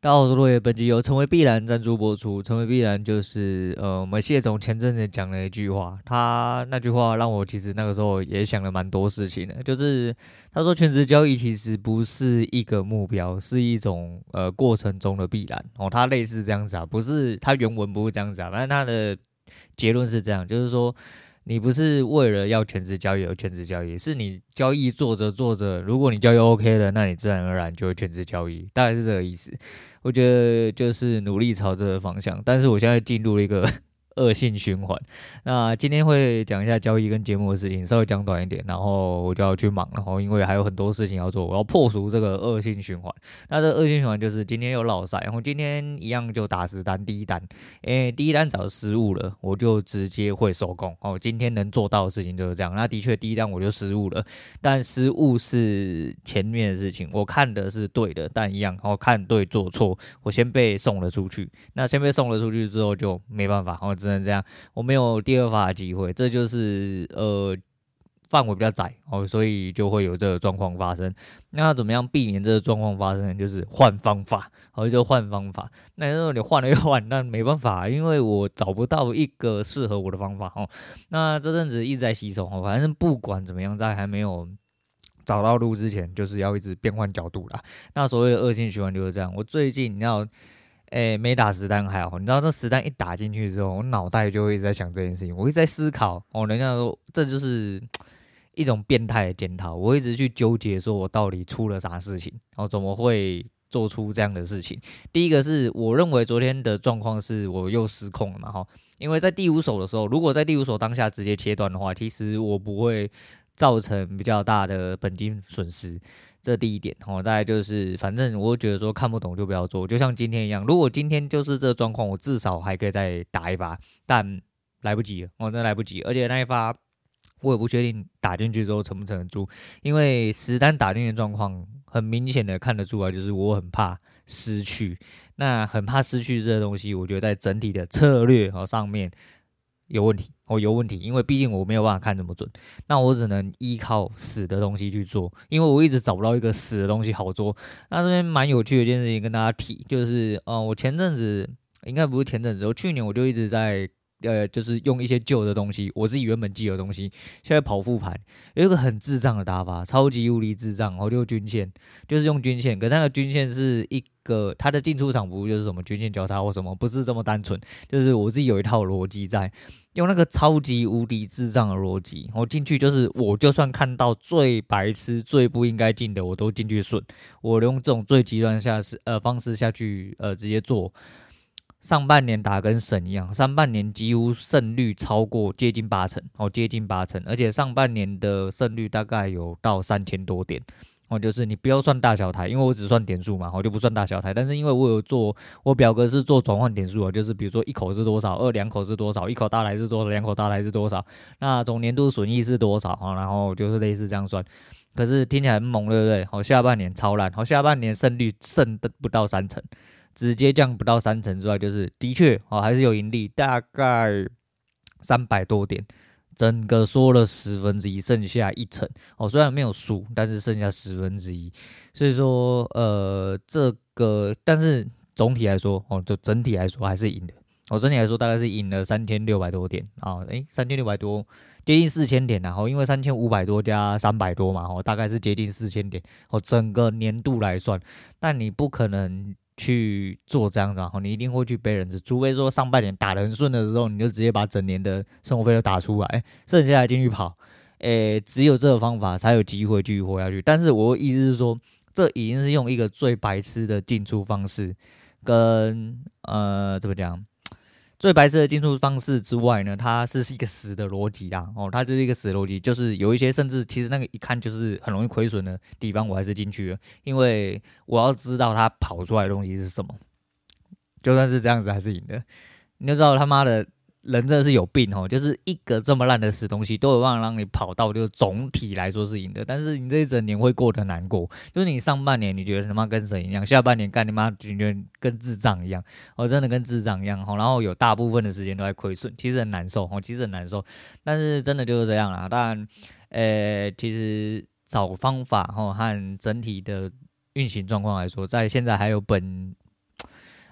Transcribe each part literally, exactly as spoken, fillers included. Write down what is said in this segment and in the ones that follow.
大家好，我是落叶。本集由成为必然赞助播出。成为必然就是呃，我们谢总前阵子讲了一句话，他那句话让我其实那个时候也想了蛮多事情的，就是他说全职交易其实不是一个目标，是一种呃过程中的必然哦。他类似这样子啊，不是他原文不是这样子啊，反正他的结论是这样，就是说。你不是为了要全职交易而全职交易，是你交易做着做着，如果你交易 OK 了，那你自然而然就会全职交易，大概是这个意思。我觉得就是努力朝这个方向，但是我现在进入了一个恶性循环。那今天会讲一下交易跟节目的事情，稍微讲短一点，然后我就要去忙了，然后因为还有很多事情要做，我要破除这个恶性循环。那这个恶性循环就是今天又落赛，然后今天一样就打十单，第一单，诶，第一单找失误了，我就直接会收工。哦，今天能做到的事情就是这样。那的确第一单我就失误了，但失误是前面的事情，我看的是对的，但一样，然后看对做错，我先被送了出去。那先被送了出去之后就没办法，我只能这样，我没有第二发的机会，这就是呃范围比较窄哦，所以就会有这个状况发生。那怎么样避免这个状况发生？就是换方法，哦，就换方法。那时候你换了又换，那没办法，因为我找不到一个适合我的方法哦。那这阵子一直在洗手哦，反正不管怎么样，在还没有找到路之前，就是要一直变换角度啦。那所谓的恶性循环就是这样。我最近你知道。诶，没打实弹还好，你知道这实弹一打进去之后，我脑袋就会一直在想这件事情，我一直在思考哦。人家说这就是一种变态的检讨，我一直去纠结，说我到底出了啥事情，然后怎么会做出这样的事情。第一个是我认为昨天的状况是我又失控了嘛，哈，因为在第五手的时候，如果在第五手当下直接切断的话，其实我不会造成比较大的本金损失。这第一点哦，大概就是反正我觉得说看不懂就不要做，就像今天一样，如果今天就是这个状况，我至少还可以再打一发，但来不及了，我、哦、真的来不及，而且那一发我也不确定打进去之后撑不撑得住，因为实单打进去的状况很明显的看得出来，就是我很怕失去，那很怕失去这个东西，我觉得在整体的策略和上面。有问题，哦，有问题，因为毕竟我没有办法看这么准，那我只能依靠死的东西去做，因为我一直找不到一个死的东西好做。那这边蛮有趣的一件事情跟大家提，就是，呃，我前阵子应该不是前阵子，我去年我就一直在。呃，就是用一些旧的东西，我自己原本记的东西，现在跑复盘，有一个很智障的打法，超级无敌智障，然后就均线，就是用均线，可是那个均线是一个它的进出场不就是什么均线交叉或什么，不是这么单纯，就是我自己有一套逻辑在，用那个超级无敌智障的逻辑，我进去就是我就算看到最白痴、最不应该进的，我都进去顺，我用这种最极端下是呃方式下去呃直接做。上半年打跟神一样，上半年几乎胜率超过接近八成，哦，接近八成，而且上半年的胜率大概有到三千多点，哦，就是你不要算大小台，因为我只算点数嘛，我就不算大小台，但是因为我有做，我表格是做转换点数的，就是比如说一口是多少，二两口是多少，一口大台是多少，两口大台是多少，那总年度损益是多少，然后就是类似这样算。可是听起来很猛，对不对？好，下半年超烂，好，下半年胜率剩的不到三成。直接降不到三成之外，就是的确哦还是有盈利，大概三百多点，整个缩了十分之一，剩下一成哦，虽然没有输，但是剩下十分之一，所以说呃这个，但是总体来说哦，就整体来说还是赢的，哦整体来说大概是赢了三千六百多点啊，诶三千六百多。接近四千点然后因为三千五百多加三百多嘛，哦，大概是接近四千点，哦，整个年度来算，但你不可能去做这样子，然后你一定会去背人子，除非说上半年打得很顺的时候，你就直接把整年的生活费都打出来，剩下的进去跑，诶，只有这个方法才有机会继续活下去。但是我的意思是说，这已经是用一个最白痴的进出方式，跟呃怎么讲？最白痴的进出方式之外呢，它是一个死的逻辑啦，哦，它就是一个死的逻辑，就是有一些甚至其实那个一看就是很容易亏损的地方，我还是进去了，因为我要知道它跑出来的东西是什么，就算是这样子还是赢的，你就知道他妈的人真的是有病哦，就是一个这么烂的死东西都有办法让你跑到，就总体来说是赢的，但是你这一整年会过得难过，就是你上半年你觉得他妈跟神一样，下半年干你妈你觉得跟智障一样，哦，真的跟智障一样，然后有大部分的时间都在亏损，其实很难受哦，其实很难受，但是真的就是这样啦，当然，呃，其实找方法哦和整体的运行状况来说，在现在还有本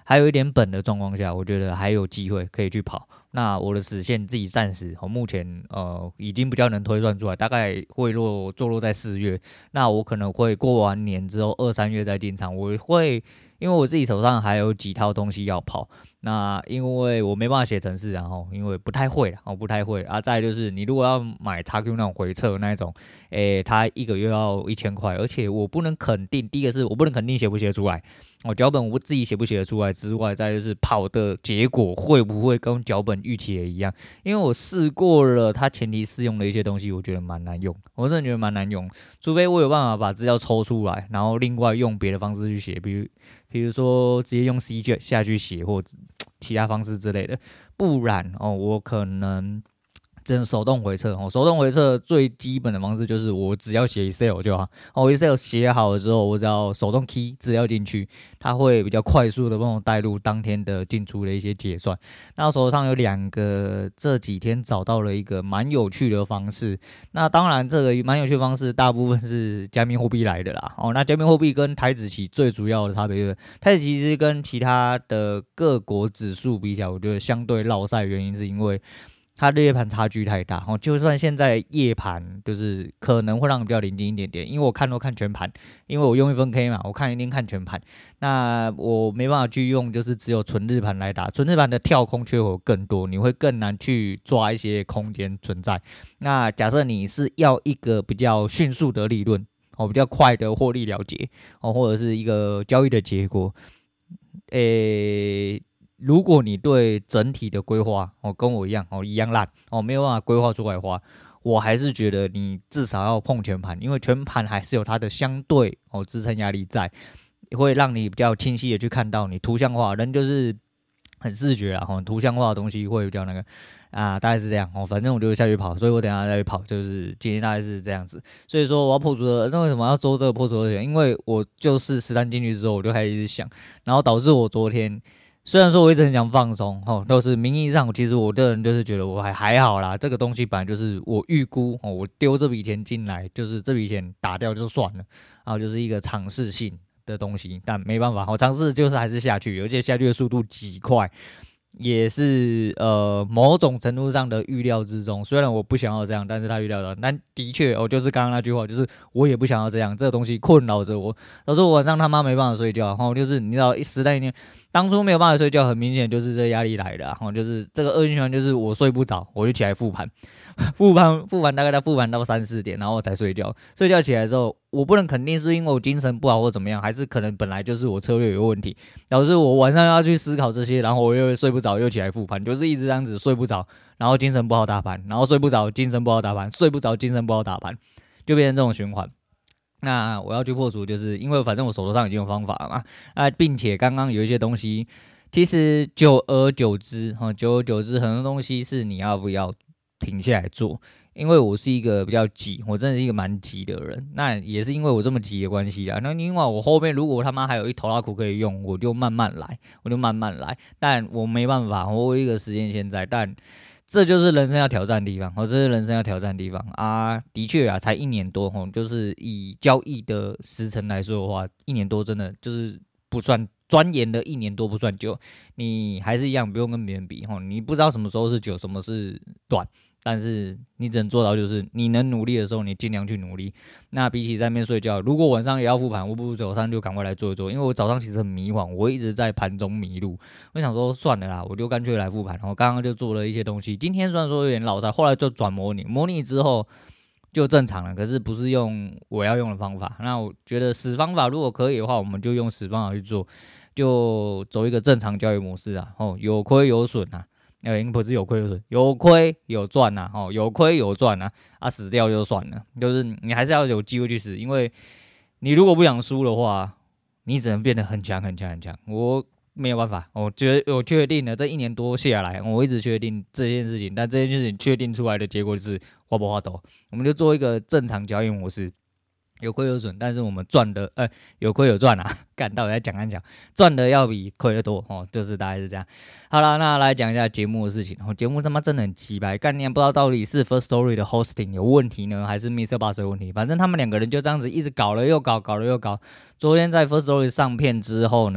还有一点本的状况下，我觉得还有机会可以去跑。那我的死线自己暂时，我目前呃已经比较能推算出来，大概会落坐落在四月。那我可能会过完年之后二三月再进场，我会因为我自己手上还有几套东西要跑。那因为我没办法写程式，然后因为不太会啦，我不太会啊。再来就是你如果要买 X Q 那种回测那一种，诶，它一个月要一千块，而且我不能肯定，第一个是我不能肯定写不写得出来。我脚本我自己写不写得出来之外，再就是跑的结果会不会跟脚本预期的一样？因为我试过了，它前提试用的一些东西，我觉得蛮难用，我真的觉得蛮难用。除非我有办法把资料抽出来，然后另外用别的方式去写，比如比如说直接用 C 卷下去写，或其他方式之类的，不然哦，我可能。真的手动回测哦，手动回测最基本的方式就是我只要写 Excel 就好。哦 ，Excel 写好了之后，我只要手动 key 资料进去，它会比较快速的帮我带入当天的进出的一些结算。那我手上有两个，这几天找到了一个蛮有趣的方式。那当然，这个蛮有趣的方式大部分是加密货币来的啦。哦，那加密货币跟台指期最主要的差别就是，台指期其实跟其他的各国指数比起来，我觉得相对落赛，原因是因为。它日夜盘差距太大，就算现在夜盘就是可能会让比较临近一点点，因为我看都看全盘，因为我用一分 K 嘛，我看一定看全盘，那我没办法去用就是只有纯日盘来打，纯日盘的跳空缺口更多，你会更难去抓一些空间存在。那假设你是要一个比较迅速的利润，哦，比较快的获利了结，哦，或者是一个交易的结果，诶。如果你对整体的规划哦跟我一样哦一样烂哦没有办法规划出来的话，我还是觉得你至少要碰全盘，因为全盘还是有它的相对哦支撑压力在，会让你比较清晰的去看到你图像化，人就是很视觉啊，图像化的东西会比较那个啊，大概是这样哦。反正我就下去跑，所以我等一下再去跑，就是今天大概是这样子。所以说我要破除的，那为什么要做这个破除的钱？因为我就是实战进去之后，我就开始一直想，然后导致我昨天。虽然说我一直很想放松，吼，都是名义上，其实我个人就是觉得我还还好啦。这个东西本来就是我预估，哦，我丢这笔钱进来，就是这笔钱打掉就算了，然后就是一个尝试性的东西，但没办法，我尝试就是还是下去，而且下去的速度极快，也是呃某种程度上的预料之中。虽然我不想要这样，但是他预料到，但的确，我、哦、就是刚刚那句话，就是我也不想要这样，这个东西困扰着我，导致我晚上他妈没办法睡觉，然后就是你知道，一时代年。当初没有办法睡觉，很明显就是这压力来的，然后就是这个恶性循环，就是我睡不着，我就起来复盘，复盘复盘大概在复盘到三四点，然后我才睡觉。睡觉起来之后，我不能肯定是因为我精神不好或怎么样，还是可能本来就是我策略有问题，导致我晚上要去思考这些，然后我又睡不着，又起来复盘，就是一直这样子睡不着，然后精神不好打盘，然后睡不着，精神不好打盘，睡不着，精神不好打盘，就变成这种循环。那我要去破除，就是因为反正我手头上已经有方法了嘛，啊，并且刚刚有一些东西，其实久而久之，哈，久而久之，很多东西是你要不要停下来做。因为我是一个比较急，我真的是一个蛮急的人，那也是因为我这么急的关系啊。那另外我后面如果他妈还有一头拉苦可以用，我就慢慢来，我就慢慢来。但我没办法，我有一个时间现在，但。这就是人生要挑战的地方，哦，这是人生要挑战的地方啊！的确啊，才一年多，吼，就是以交易的时程来说的话，一年多真的就是不算钻研的一年多不算久，你还是一样不用跟别人比，吼，你不知道什么时候是久，什么是短，但是你只能做到就是你能努力的时候，你尽量去努力。那比起在那边睡觉，如果晚上也要复盘，我不如早上就赶快来做一做，因为我早上其实很迷惘，我一直在盘中迷路。我想说算了啦，我就干脆来复盘。然后刚刚就做了一些东西，今天虽然说有点老塞，后来就转模拟，模拟之后就正常了，可是不是用我要用的方法。那我觉得死方法如果可以的话，我们就用死方法去做，就走一个正常交易模式啊，哦，有亏有损啊。呃，不是有亏有损，有亏有赚呐，哦，有亏有赚呐，啊，死掉就算了，就是你还是要有机会去死，因为你如果不想输的话，你只能变得很强很强很强。我没有办法，我觉得我确定了，这一年多下来，我一直确定这件事情，但这件事情确定出来的结果就是花不花抖，我们就做一个正常交易模式。有亏有损，但是我们赚的，呃，有亏有赚啊，干到底在讲讲讲，赚的要比亏的多哦，就是大概是这样。好了，那来讲一下节目的事情。哦，节目他妈真的很鸡掰，干你不知道到底是 First Story 的 hosting 有问题呢，还是 Mister Bus 有问题？反正他们两个人就这样子一直搞了又搞，搞了又搞。昨天在 First Story 上片之后呢，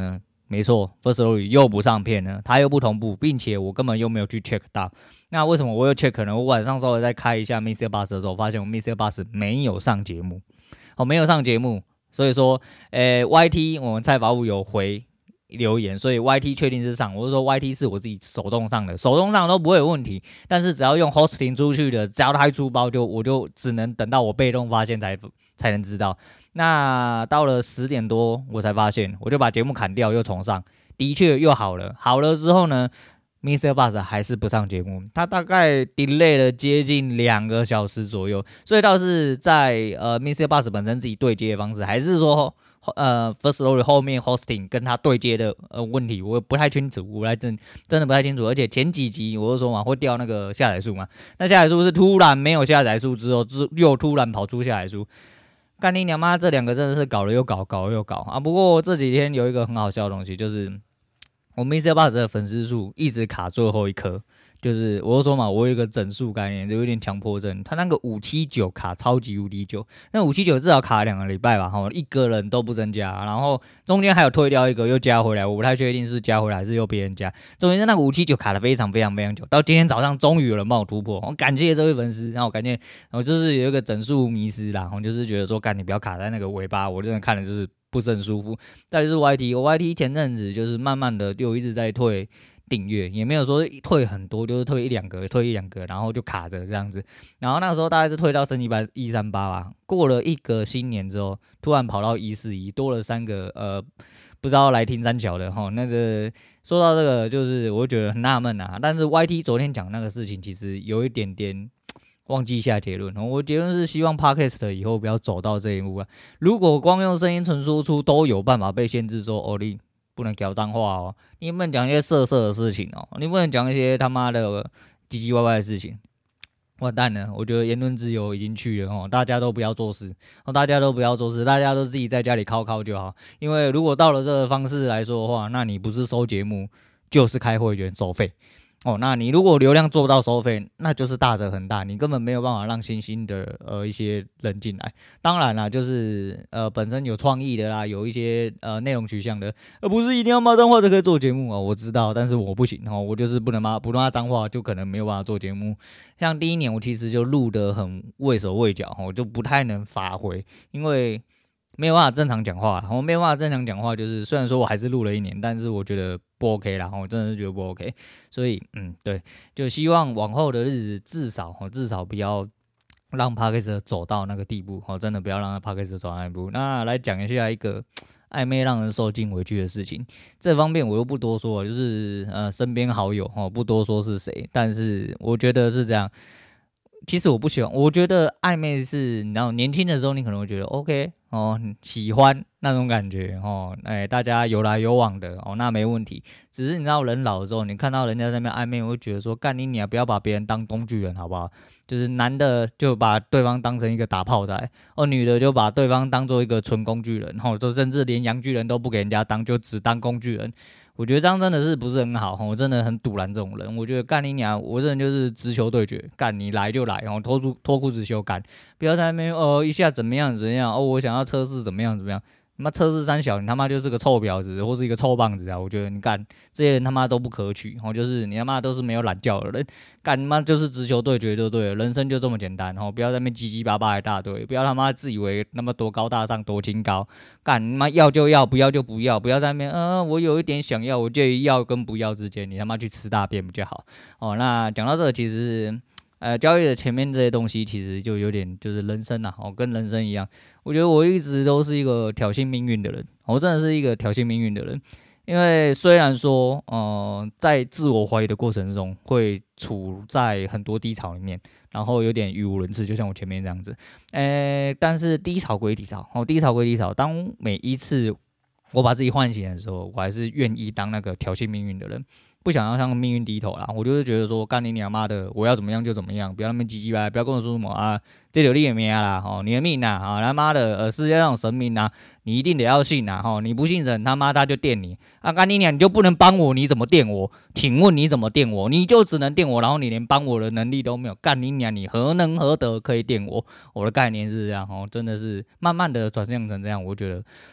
没错 ，Firstory 又不上片了，它又不同步，并且我根本又没有去 check 到。那为什么我又 check 呢？我晚上稍微再开一下 Mr. Bus 的时候，发现我 Mr. Bus 没有上节目，哦，没有上节目，所以说，诶 ，Y T 我们蔡法务有回留言，所以 Y T 确定是上，我是说 Y T 是我自己手动上的，手动上都不会有问题，但是只要用 hosting 出去的，只要它出包就我就只能等到我被动发现才才能知道。那到了十点多我才发现，我就把节目砍掉又重上，的确又好了。好了之后呢 ，Mr. Bus 还是不上节目，他大概 delay 了接近两个小时左右，所以倒是在呃 Mr. Bus 本身自己对接的方式，还是说呃 Firstory 后面 hosting 跟他对接的呃问题，我不太清楚，我来真真的不太清楚。而且前几集我就说嘛，会掉那个下载数嘛，那下载数是突然没有下载数之后，又突然跑出下载数。干你娘妈！这两个真的是搞了又搞，搞了又搞啊！不过这几天有一个很好笑的东西，就是我 Mr. Bus 的粉丝数一直卡最后一颗，就是我就说嘛，我有一个整数概念，就有点强迫症。他那个五七九卡超级无敌久，那五七九至少卡两个礼拜吧，哈，一个人都不增加，然后中间还有退掉一个又加回来，我不太确定是加回来还是又别人加。总之那个五七九卡的非常非常非常久，到今天早上终于有人帮我突破，我感谢这位粉丝，然后我感觉我就是有一个整数迷失啦，我就是觉得说，干你不要卡在那个尾巴，我真的看了就是不是很舒服。再就是 Y T， 我 Y T 前阵子就是慢慢的就一直在退订阅，也没有说退很多，就是退一两个，退一两个，然后就卡着这样子。然后那个时候大概是退到升一百一三八吧，过了一个新年之后，突然跑到一四一，多了三个呃，不知道来听三小的哈。那个说到这个，就是我觉得很纳闷啊。但是 Y T 昨天讲那个事情，其实有一点点忘记下结论。我结论是希望 Podcast 以后不要走到这一步啊。如果光用声音纯输出都有办法被限制说，哦你不能讲脏话哦，你不能讲一些色色的事情哦，你不能讲一些他妈的唧唧歪歪的事情。完蛋了，我觉得言论自由已经去了哦，大家都不要做事哦，大家都不要做事，大家都自己在家里靠靠就好。因为如果到了这个方式来说的话，那你不是收节目就是开会员收费。哦，那你如果流量做不到收费，那就是大者很大，你根本没有办法让新兴的呃一些人进来。当然啦，就是呃本身有创意的啦，有一些呃内容取向的，而不是一定要骂脏话才可以做节目啊、哦。我知道，但是我不行哦，我就是不能骂不骂脏话，就可能没有办法做节目。像第一年我其实就录得很畏手畏脚，我就不太能发挥，因为没有办法正常讲话，我没有办法正常讲话，就是虽然说我还是录了一年，但是我觉得不 OK 啦，我真的是觉得不 OK， 所以嗯，对，就希望往后的日子至少至少不要让 Podcast 走到那个地步，真的不要让 Podcast 走到那一步。那来讲一下一个暧昧让人受尽委屈的事情，这方面我又不多说，就是呃身边好友不多说是谁，但是我觉得是这样。其实我不喜欢，我觉得暧昧是，你知道，年轻的时候你可能会觉得 OK 哦，喜欢那种感觉哦，哎，大家有来有往的哦，那没问题。只是你知道，人老了之后，你看到人家在那边暧昧，我会觉得说，干你你啊，不要把别人当工具人，好不好？就是男的就把对方当成一个打炮仔，哦，女的就把对方当做一个纯工具人，哦，就甚至连洋巨人都不给人家当，就只当工具人。我觉得这样真的是不是很好，我真的很堵拦这种人。我觉得干你娘，我这人就是直球对决，干你来就来，然后脱出脱裤子休干，不要在那边哦一下怎么样怎么样哦，我想要测试怎么样怎么样。他妈测试三小，你他妈就是个臭婊子，或是一个臭棒子啊！我觉得你干这些人他妈都不可取，哦，就是你他妈都是没有懒觉的人，干他妈就是直球对决就对了，人生就这么简单，哦，不要在那边唧唧巴巴一大堆，不要他妈自以为那么多高大上多清高，干他妈要就要，不要就不要，不要在那边，嗯、呃，我有一点想要，我介于要跟不要之间，你他妈去吃大便比较好，哦，那讲到这个其实。呃，交易的前面这些东西其实就有点就是人生啊，哦，跟人生一样。我觉得我一直都是一个挑衅命运的人，我真的是一个挑衅命运的人。因为虽然说，呃，在自我怀疑的过程中，会处在很多低潮里面，然后有点语无伦次，就像我前面这样子。呃，但是低潮归低潮，哦，低潮归低潮。当每一次我把自己唤醒的时候，我还是愿意当那个挑衅命运的人。不想要向命运低头啦，我就是觉得说，干你娘妈的，我要怎么样就怎么样，不要那么唧唧歪歪，不要跟我说什么啊，这就你的命啦，哦，你的命呐，啊，他妈的，呃，世界上有神明呐，你一定得要信呐，哦，你不信神，他妈他就电你，啊，干你娘，你就不能帮我，你怎么电我？请问你怎么电我？你就只能电我，然后你连帮我的能力都没有，干你娘，你何能何德可以电我？我的概念是这样，哦，真的是慢慢的转向成这样，我觉得。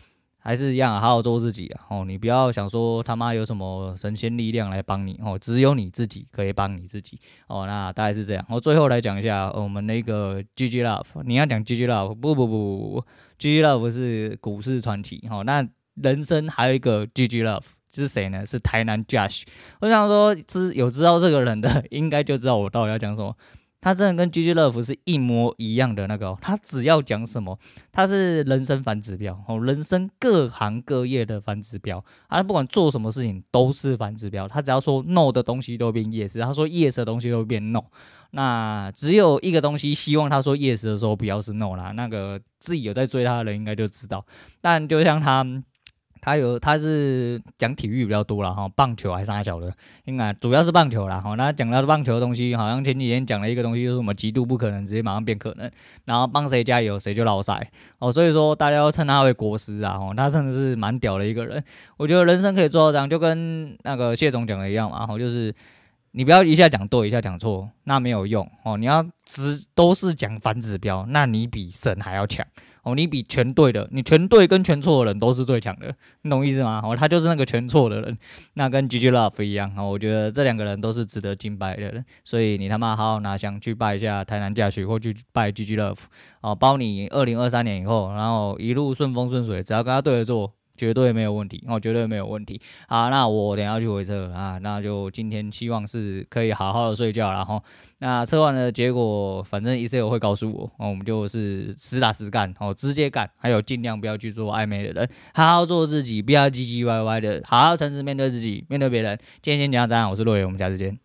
还是一样、啊，好好做自己啊！哦，你不要想说他妈有什么神仙力量来帮你哦，只有你自己可以帮你自己哦。那大概是这样。我、哦、最后来讲一下、哦、我们那个 G G Love， 你要讲 G G Love， 不不不不不 ，G G Love 是股市传奇哦。那人生还有一个 G G Love 是谁呢？是台南 Josh。我想说，知有知道这个人的，应该就知道我到底要讲什么。他真的跟 G G Love 是一模一样的那个、哦，他只要讲什么，他是人生反指标哦，人生各行各业的反指标，他不管做什么事情都是反指标，他只要说 no 的东西都变 yes， 他说 yes 的东西都会变 no， 那只有一个东西，希望他说 yes 的时候不要是 no 啦，那个自己有在追他的人应该就知道，但就像他。他有，他是讲体育比较多啦，哈，棒球还是啥小的，应该主要是棒球啦，哈。那讲到棒球的东西，好像前几天讲了一个东西，就是什么极度不可能，直接马上变可能，然后帮谁加油谁就落赛哦。所以说大家要称他为国师啊，哦，他真的是蛮屌的一个人。我觉得人生可以做到这样，就跟那个谢总讲的一样嘛，哈，就是你不要一下讲对，一下讲错，那没有用哦。你要只都是讲反指标，那你比神还要强。哦，你比全对的，你全对跟全错的人都是最强的，你懂意思吗？哦，他就是那个全错的人，那跟 G G Love 一样哦。我觉得这两个人都是值得敬拜的人，所以你他妈好好拿香去拜一下台南嫁娶，或去拜 G G Love 哦，包你二零二三年以后，然后一路顺风顺水，只要跟他对着做。绝对没有问题哦，绝对没有问题。好，那我等一下去回测啊，那就今天希望是可以好好的睡觉啦齁。那测完的结果，反正 Excel 会告诉我哦，我们就是实打实干哦，直接干，还有尽量不要去做暧昧的人，好好做自己，不要唧唧歪歪的，好好诚实面对自己，面对别人。今天先讲到这样，我是洛伟，我们下次见。